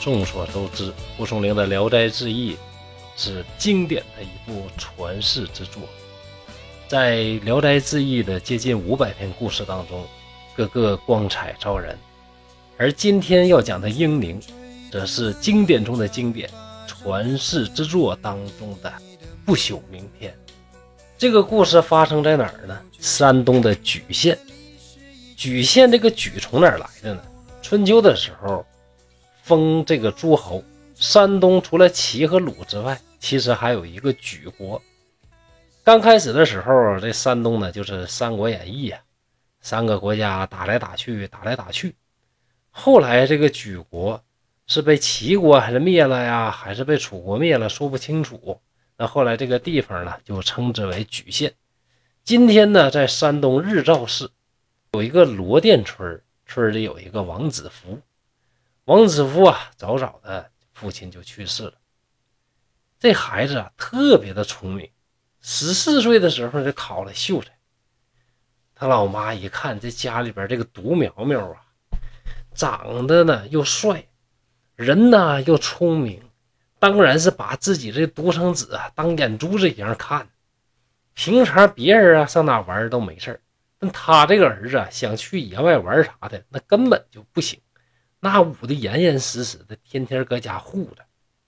众所周知，蒲松龄的《聊斋志异》是经典的一部传世之作。在《聊斋志异》的接近500篇故事当中，个个光彩照人。而今天要讲的英宁，则是经典中的经典，传世之作当中的不朽名篇。这个故事发生在哪儿呢？山东的莒县。莒县这个莒从哪儿来的呢？春秋的时候封这个诸侯，山东除了齐和鲁之外，其实还有一个莒国。刚开始的时候，这山东呢就是《三国演义》3个国家打来打去。后来这个莒国是被齐国还是灭了呀，还是被楚国灭了，说不清楚。那后来这个地方呢就称之为莒县。今天呢在山东日照市有一个罗店村，村里有一个王子服。王子服早早的父亲就去世了。这孩子特别的聪明，14岁的时候就考了秀才。他老妈一看这家里边这个独苗苗长得呢又帅，人呢又聪明，当然是把自己这独生子当眼珠子一样看。平常别人上哪玩都没事，但他这个儿子想去野外玩啥的那根本就不行，那捂得严严实实的，天天搁家护着。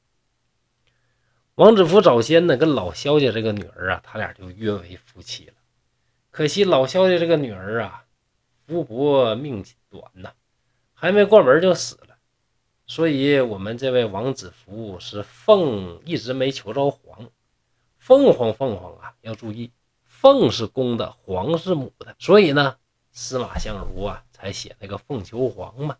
王子服早先呢跟老萧家这个女儿他俩就约为夫妻了。可惜老萧家这个女儿福薄命短还没过门就死了。所以我们这位王子服是凤一直没求着凰。凤凰要注意，凤是公的，凰是母的，所以呢司马相如才写那个凤求凰嘛。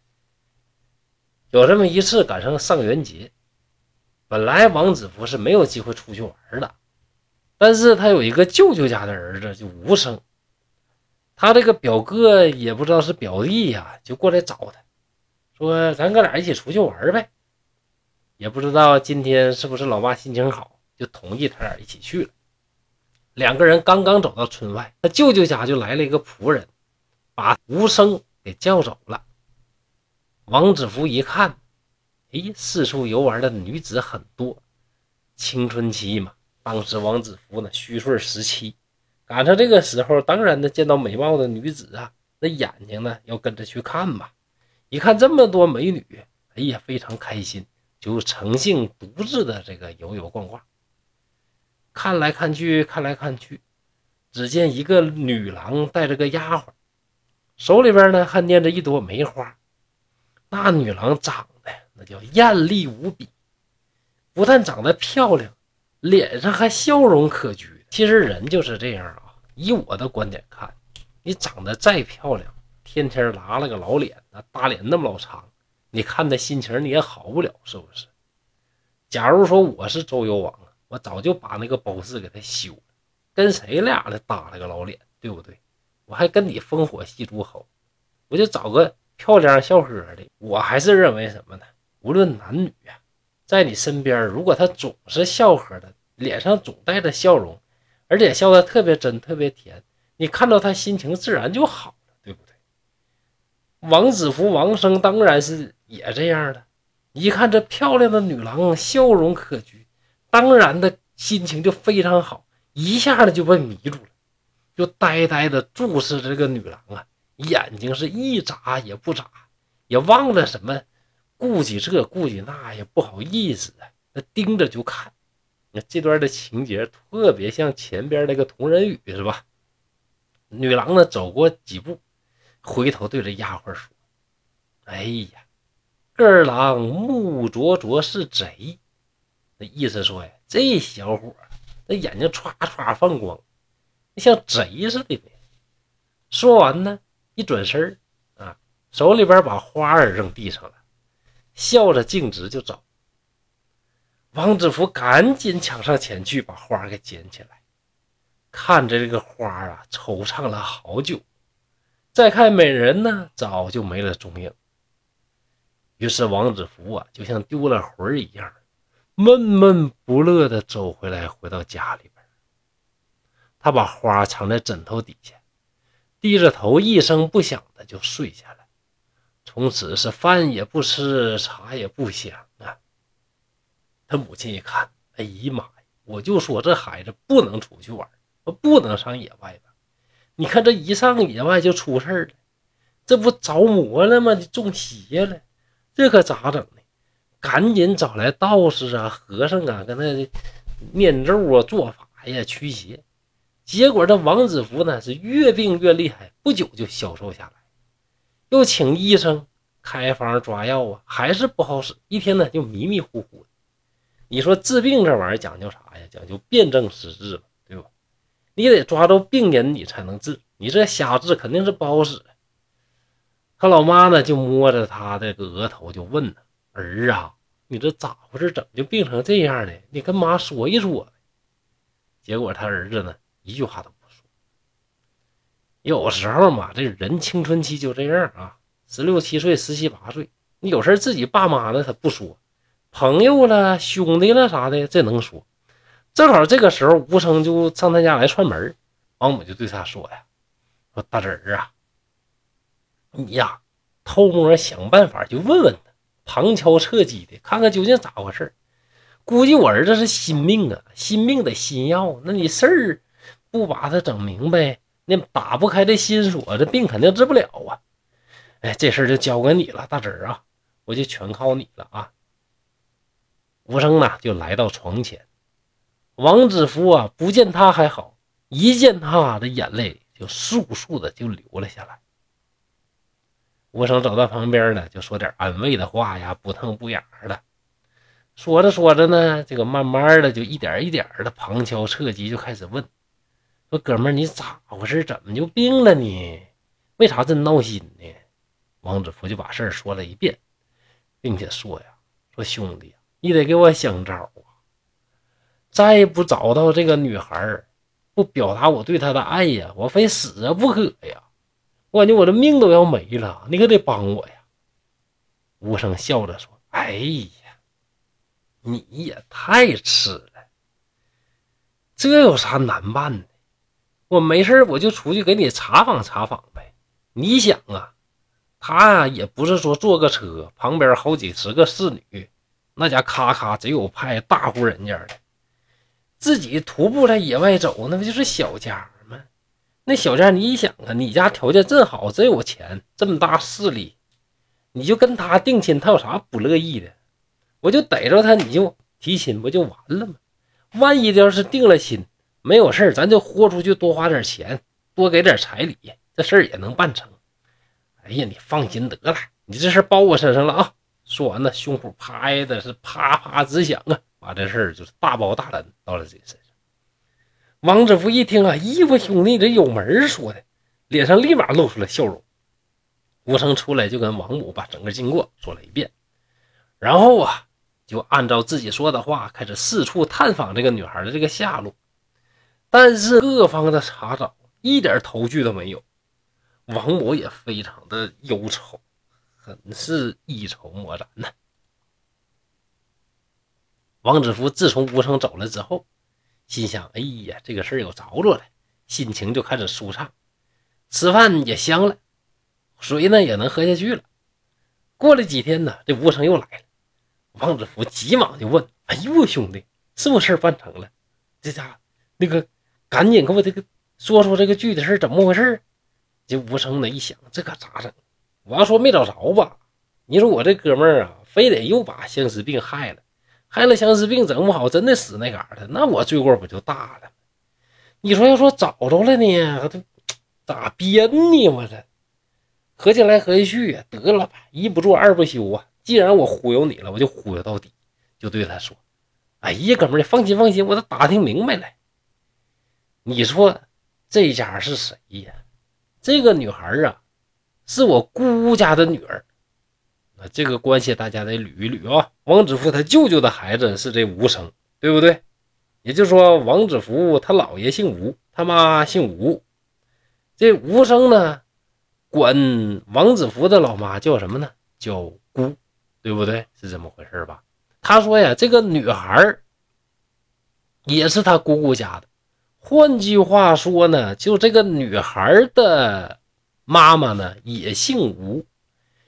有这么一次赶上上元节，本来王子服是没有机会出去玩的，但是他有一个舅舅家的儿子就无生，他这个表哥也不知道是表弟就过来找他，说咱哥俩一起出去玩呗。也不知道今天是不是老妈心情好，就同意他俩一起去了。2个人刚刚走到村外，他舅舅家就来了一个仆人，把无生给叫走了。王子服一看，四处游玩的女子很多，青春期嘛，当时王子服呢虚岁17，赶上这个时候，当然呢见到美貌的女子那眼睛呢要跟着去看吧。一看这么多美女，非常开心，就乘兴独自的这个游逛逛。看来看去，只见一个女郎带着个丫鬟，手里边呢还捏着一朵梅花。那女郎长得那叫艳丽无比，不但长得漂亮，脸上还笑容可掬。其实人就是这样以我的观点看，你长得再漂亮，天天拉了个老脸，大脸那么老长，你看的心情你也好不了，是不是？假如说我是周幽王我早就把那个褒姒给他休了，跟谁俩的搭了个老脸，对不对？我还跟你烽火戏诸侯，我就找个漂亮笑呵的。我还是认为什么呢？无论男女在你身边，如果他总是笑呵的，脸上总带着笑容，而且笑得特别真特别甜，你看到他心情自然就好了，对不对？王子服王生当然是也这样的，一看这漂亮的女郎笑容可掬，当然的心情就非常好，一下子就被迷住了，就呆呆的注视这个女郎眼睛是一眨也不眨，也忘了什么顾忌这顾忌那，也不好意思那盯着就看。那这段的情节特别像前边那个同人语是吧？女郎呢走过几步，回头对着丫鬟说：个儿郎目灼灼是贼。那意思说这小伙那眼睛唰唰放光，像贼似的。说完呢一转身手里边把花扔地上了，笑着径直就走。王子服赶紧抢上前去把花给捡起来，看着这个花惆怅了好久，再看美人呢早就没了踪影。于是王子服就像丢了魂一样，闷闷不乐地走回到家里边。他把花藏在枕头底下，低着头一声不响的就睡下了。 从此是饭也不吃，茶也不香啊。他母亲一看，哎呀妈呀，我就说这孩子不能出去玩，不能上野外吧？你看这一上野外就出事了，这不着魔了吗？你中邪了，这可咋整呢？赶紧找来道士啊、和尚啊，跟他念咒啊、做法呀、驱邪。结果这王子服呢是越病越厉害，不久就消瘦下来。又请医生开方抓药啊，还是不好使，一天呢就迷迷糊糊的。你说治病这玩意儿讲究啥呀？讲究辨证施治嘛，对吧？你得抓到病因你才能治，你这瞎治肯定是不好使。他老妈呢就摸着他的额头就问呢：儿啊，你这咋回事？怎么就病成这样呢？你跟妈说一说。结果他儿子呢一句话都不说。有时候嘛，这人青春期就这样啊，16、17岁、17、18岁，你有事自己爸妈呢他不说，朋友了、兄弟了啥的这能说。正好这个时候吴生就上他家来串门，王母就对他说呀：说大侄儿啊，你呀偷摸想办法就问问他，旁敲侧击的看看究竟咋回事。估计我儿子是心命啊，心病得心药，那你事儿不把他整明白，那打不开这心锁，这病肯定治不了啊。哎，这事儿就交给你了，大侄儿啊，我就全靠你了啊。吴生呢就来到床前，王子服啊不见他还好，一见他的眼泪就簌簌的就流了下来。吴生走到旁边呢，就说点安慰的话呀，不疼不痒的。说着说着呢，这个慢慢的就一点一点的旁敲侧击就开始问，说哥们儿你咋回事？怎么就病了呢？为啥这闹心呢？王子服就把事儿说了一遍，并且说呀，说兄弟，你得给我想招啊！再不找到这个女孩，不表达我对她的爱呀，我非死啊不可呀！我感觉我的命都要没了，你可得帮我呀！吴生笑着说：“哎呀，你也太痴了，这有啥难办的？我没事我就出去给你查访查访呗。你想啊，他呀也不是说坐个车旁边好几十个侍女，那家咔咔只有派大户人家的，自己徒步在野外走，那不就是小家吗？那小家你想啊，你家条件真好，真有钱，这么大势力，你就跟他定亲，他有啥不乐意的？我就逮着他，你就提亲不就完了吗？万一要是定了亲，没有事咱就豁出去多花点钱，多给点彩礼，这事儿也能办成。哎呀，你放心得了，你这事包我身上了啊！说完呢，胸脯拍的是啪啪直响啊，把这事儿就是大包大揽到了自己身上。王子服一听啊，咦，我兄弟这有门说的，脸上立马露出了笑容。吴生出来就跟王母把整个经过说了一遍，然后啊就按照自己说的话开始四处探访这个女孩的这个下落，但是各方的查找一点头绪都没有。王母也非常的忧愁，很是一筹莫展呢。王子服自从吴生走了之后，心想哎呀这个事儿有着落了，心情就开始舒畅，吃饭也香了，水呢也能喝下去了。过了几天呢，这吴生又来了，王子服急忙就问：哎呦兄弟，是不是事儿办成了？这家伙那个赶紧给我这个说说这个具体事怎么回事。这吴生呢一想，这可咋整？我要说没找着吧，你说我这哥们儿啊，非得又把相思病害了，害了相思病整不好真的死那嘎达，那我罪过不就大了？你说要说找着了呢，咋编呢？我这合计来合计去啊，得了吧，一不做二不休啊！既然我忽悠你了，我就忽悠到底。就对他说：哎呀哥们儿，放心放心，我都打听明白了。你说这家是谁呀？这个女孩啊，是我姑家的女儿。这个关系大家得捋一捋啊。王子服他舅舅的孩子是这吴生，对不对？也就是说，王子服他姥爷姓吴，他妈姓吴。这吴生呢，管王子服的老妈叫什么呢？叫姑，对不对？是这么回事吧？他说呀，这个女孩也是他姑姑家的。换句话说呢，就这个女孩的妈妈呢也姓吴，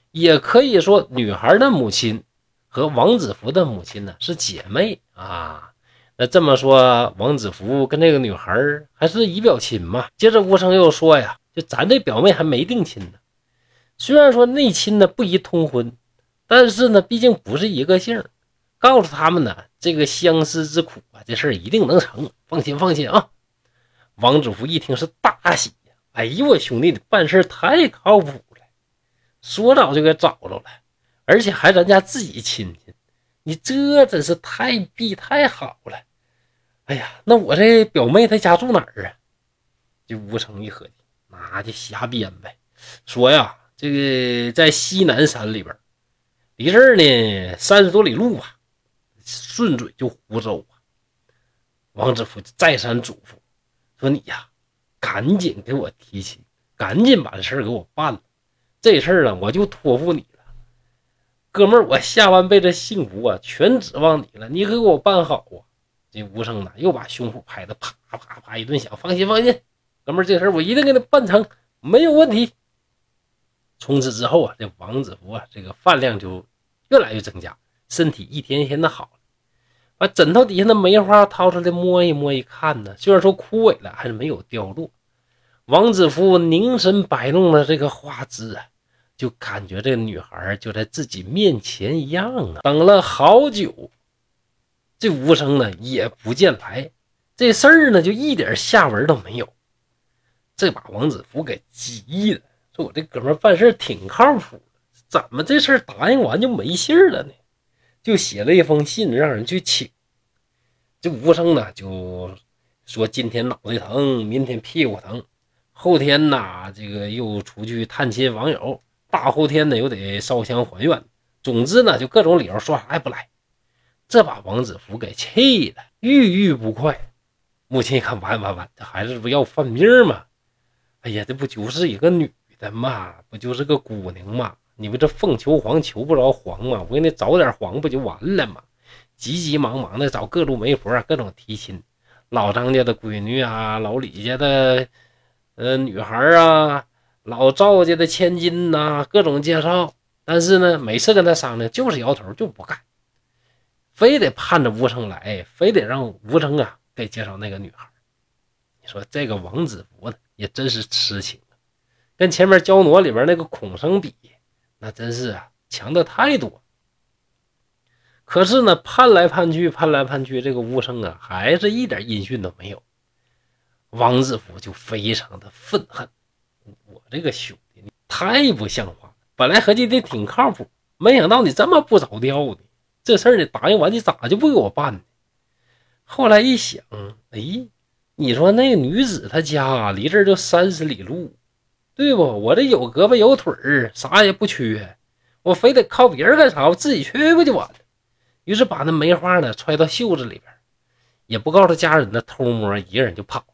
也可以说女孩的母亲和王子服的母亲呢是姐妹啊。那这么说，王子服跟这个女孩还是姨表亲嘛。接着吴成又说呀，就咱这表妹还没定亲呢，虽然说内亲呢不宜通婚，但是呢毕竟不是一个姓，告诉他们呢这个相思之苦啊，这事儿一定能成，放心放心啊。王子服一听是大喜呀，哎呦我兄弟，你办事太靠谱了，说找就给找着了，而且还咱家自己亲戚，你这真是太好了。哎呀，那我这表妹她家住哪儿啊？这吴成一合计，那就瞎编呗，说呀这个在西南山里边，离这儿呢30多里路啊，顺嘴就湖州啊。王子服再三嘱咐说，你呀赶紧给我提亲，赶紧把这事儿给我办了，这事儿啊我就托付你了，哥们儿，我下半辈子幸福啊全指望你了，你可给我办好啊。这吴成呢又把胸脯拍得啪啪啪一顿响，放心放心，哥们儿，这事儿我一定给你办成，没有问题。从此之后啊，这王子服啊这个饭量就越来越增加，身体一天一天的好了。把枕头底下的梅花掏出来摸一摸，一看呢，虽然说枯萎了，还是没有掉落。王子服凝神摆弄了这个花枝啊，就感觉这个女孩就在自己面前一样啊。等了好久，这吴生呢也不见来，这事儿呢就一点下文都没有。这把王子服给急的，说我这哥们办事挺靠谱，怎么这事儿答应完就没信儿了呢？就写了一封信让人去请。这吴生呢就说今天脑袋疼，明天屁股疼，后天呢这个又出去探亲网友，大后天呢又得烧香还愿，总之呢就各种理由说来不来。这把王子服给气的郁郁不快。母亲一看，完，这孩子不要犯命吗？哎呀，这不就是一个女的嘛，不就是个姑娘嘛，你们这凤求凰求不着凰嘛，我给你找点凰不就完了吗？急忙的找各路媒婆，各种提亲，老张家的闺女啊，老李家的女孩啊，老赵家的千金呐，各种介绍。但是呢每次跟他商量就是摇头，就不干，非得盼着吴成来，非得让吴成啊给介绍那个女孩。你说这个王子服呢也真是痴情，跟前面焦挪里边那个孔生比，那真是啊强的太多。可是呢盼来盼去，这个吴生啊还是一点音讯都没有。王子服就非常的愤恨，我这个兄弟你太不像话，本来合计的挺靠谱，没想到你这么不着调呢，这事儿你答应完你咋就不给我办呢？后来一想，哎，你说那个女子她家离这儿就30里路，对不？我这有胳膊有腿儿，啥也不缺，我非得靠别人干啥？我自己去不就完了？于是把那梅花呢揣到袖子里边，也不告诉家人的，偷摸一个人就跑了。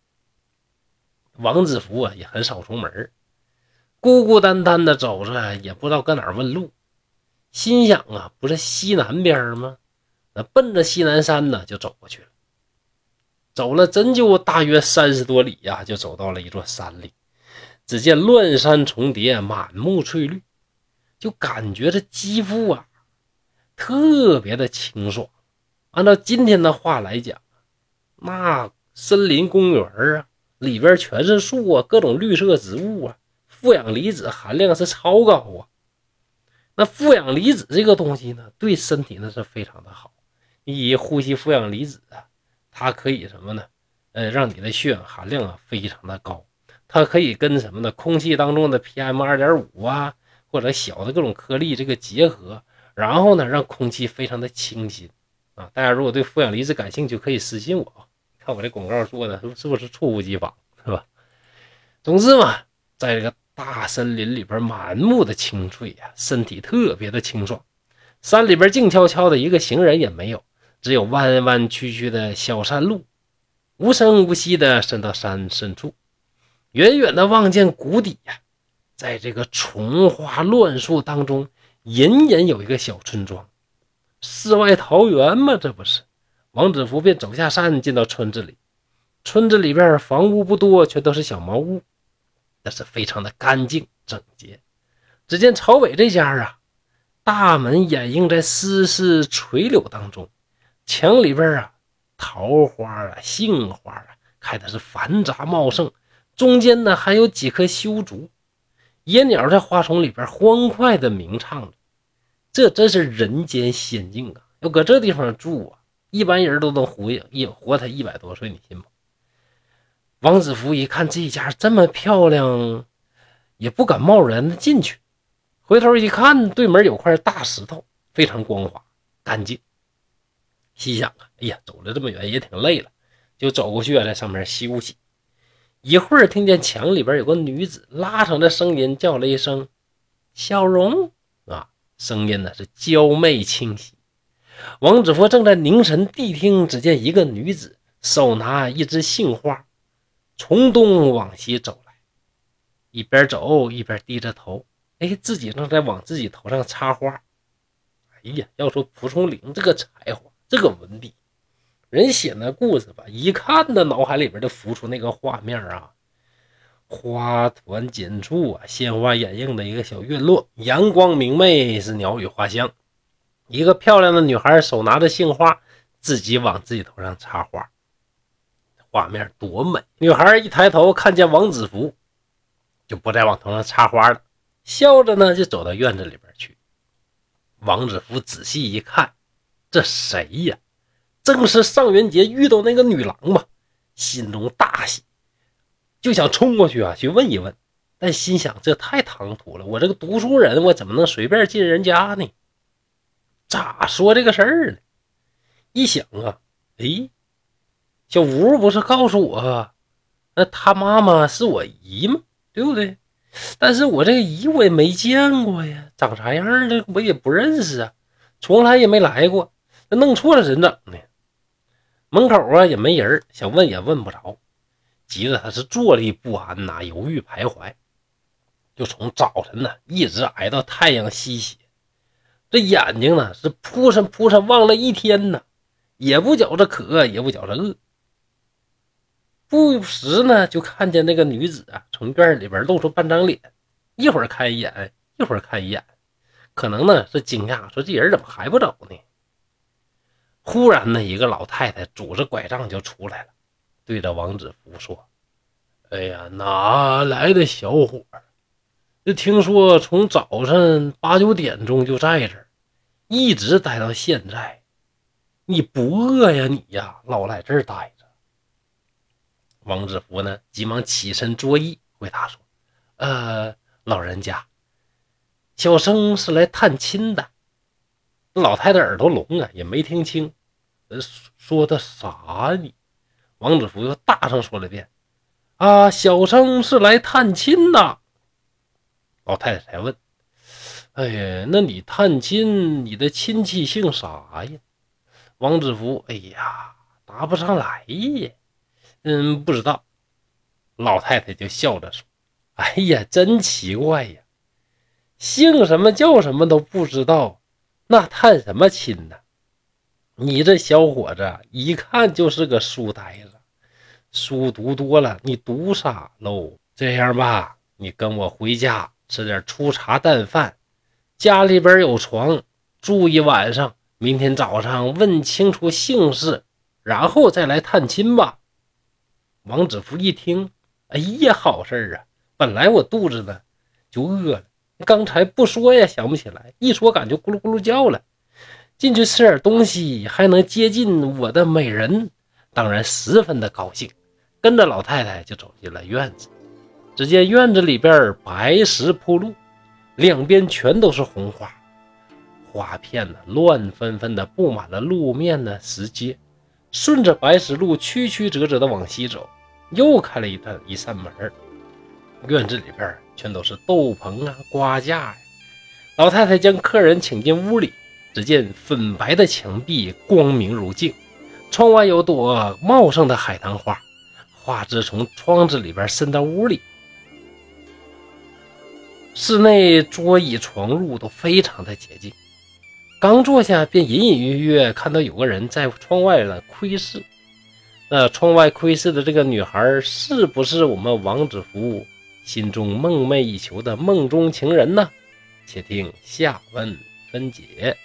王子服啊也很少出门，孤孤单单的走着，也不知道搁哪儿问路。心想啊，不是西南边吗？那奔着西南山呢就走过去了。走了真就大约30多里呀，就走到了一座山里。只见乱山重叠，满目翠绿，就感觉这肌肤啊特别的清爽。按照今天的话来讲，那森林公园啊，里边全是树啊，各种绿色植物啊，负氧离子含量是超高啊。那负氧离子这个东西呢，对身体呢是非常的好。你呼吸负氧离子啊，它可以什么呢？让你的血氧含量啊非常的高。它可以跟什么呢？空气当中的 PM2.5 啊，或者小的各种颗粒这个结合，然后呢让空气非常的清新啊。大家如果对负氧离子感兴趣，可以私信我，看我这广告做的是不是猝不及防，是吧？总之嘛，在这个大森林里边满目的青翠啊，身体特别的清爽。山里边静悄悄的，一个行人也没有，只有弯弯曲曲的小山路，无声无息的伸到山深处。远远的望见谷底呀，在这个丛花乱树当中，隐隐有一个小村庄。世外桃源嘛，这不是？王子服便走下山，进到村子里。村子里边房屋不多，全都是小茅屋，但是非常的干净整洁。 只见朝北这家啊，大门掩映在丝丝垂柳当中，墙里边啊，桃花啊、杏花啊开的是繁杂茂盛，中间呢还有几棵修竹，野鸟在花丛里边欢快的鸣唱着。这真是人间仙境啊！要搁这地方住啊，一般人都能活他100多岁，你信吗？王子服一看这家这么漂亮，也不敢贸然的进去。回头一看，对门有块大石头，非常光滑干净。心想啊，哎呀，走了这么远也挺累了，就走过去在上面休息。一会儿听见墙里边有个女子拉长的声音叫了一声小荣啊，声音呢是娇媚清晰。王子服正在凝神谛听，只见一个女子手拿一枝杏花，从东往西走来，一边走一边低着头，自己正在往自己头上插花。哎呀，要说蒲松龄这个才华，这个文笔，人写那故事吧，一看呢，脑海里边就浮出那个画面啊，花团锦簇啊，鲜花掩映的一个小院落，阳光明媚，是鸟语花香。一个漂亮的女孩手拿着杏花，自己往自己头上插花，画面多美。女孩一抬头看见王子服，就不再往头上插花了，笑着呢就走到院子里边去。王子服仔细一看，这谁呀？正是上元节遇到那个女郎嘛，心中大喜，就想冲过去啊去问一问，但心想这太唐突了，我这个读书人我怎么能随便进人家呢？咋说这个事儿呢？一想啊，小吴不是告诉我那他妈妈是我姨吗？对不对？但是我这个姨我也没见过呀，长啥样的我也不认识啊，从来也没来过，那弄错了怎整呢？门口啊也没人，想问也问不着，急得他是坐立不安呐，犹豫徘徊，就从早晨呢一直挨到太阳西斜，这眼睛呢是扑闪扑闪望了一天呢，也不觉着渴，也不觉着饿。不时呢就看见那个女子啊从院里边露出半张脸，一会儿看一眼，一会儿看一眼，可能呢是惊讶，说这人怎么还不走呢？忽然呢一个老太太拄着拐杖就出来了，对着王子服说：哎呀，哪来的小伙儿？就听说从早上8、9点钟就在这儿，一直待到现在，你不饿呀你呀，老来这儿待着。王子服呢急忙起身作揖，回答说：老人家，小生是来探亲的。老太太耳朵聋啊，也没听清说的啥呢？王子服又大声说了遍：小生是来探亲的。老太太才问：哎呀，那你探亲，你的亲戚姓啥呀？王子服答不上来呀。不知道。老太太就笑着说：哎呀，真奇怪呀，姓什么叫什么都不知道，那探什么亲呢？你这小伙子一看就是个书呆子，书读多了你读傻喽。这样吧，你跟我回家吃点粗茶淡饭，家里边有床，住一晚上，明天早上问清楚姓氏，然后再来探亲吧。王子服一听，哎呀，好事啊，本来我肚子呢就饿了，刚才不说也想不起来，一说感觉咕噜咕噜叫了，进去吃点东西还能接近我的美人，当然十分的高兴，跟着老太太就走进了院子。只见院子里边白石铺路，两边全都是红花，花片呢乱纷纷的布满了路面的石阶，顺着白石路曲曲折折的往西走，又开了一扇门，院子里边全都是斗篷啊瓜架呀。老太太将客人请进屋里，只见粉白的墙壁光明如镜，窗外有朵茂盛的海棠花，花枝从窗子里边伸到屋里。室内桌椅床褥都非常的洁净，刚坐下便隐隐约约看到有个人在窗外呢窥视。那窗外窥视的这个女孩是不是我们王子服心中梦寐以求的梦中情人呢？ 且听下文分解。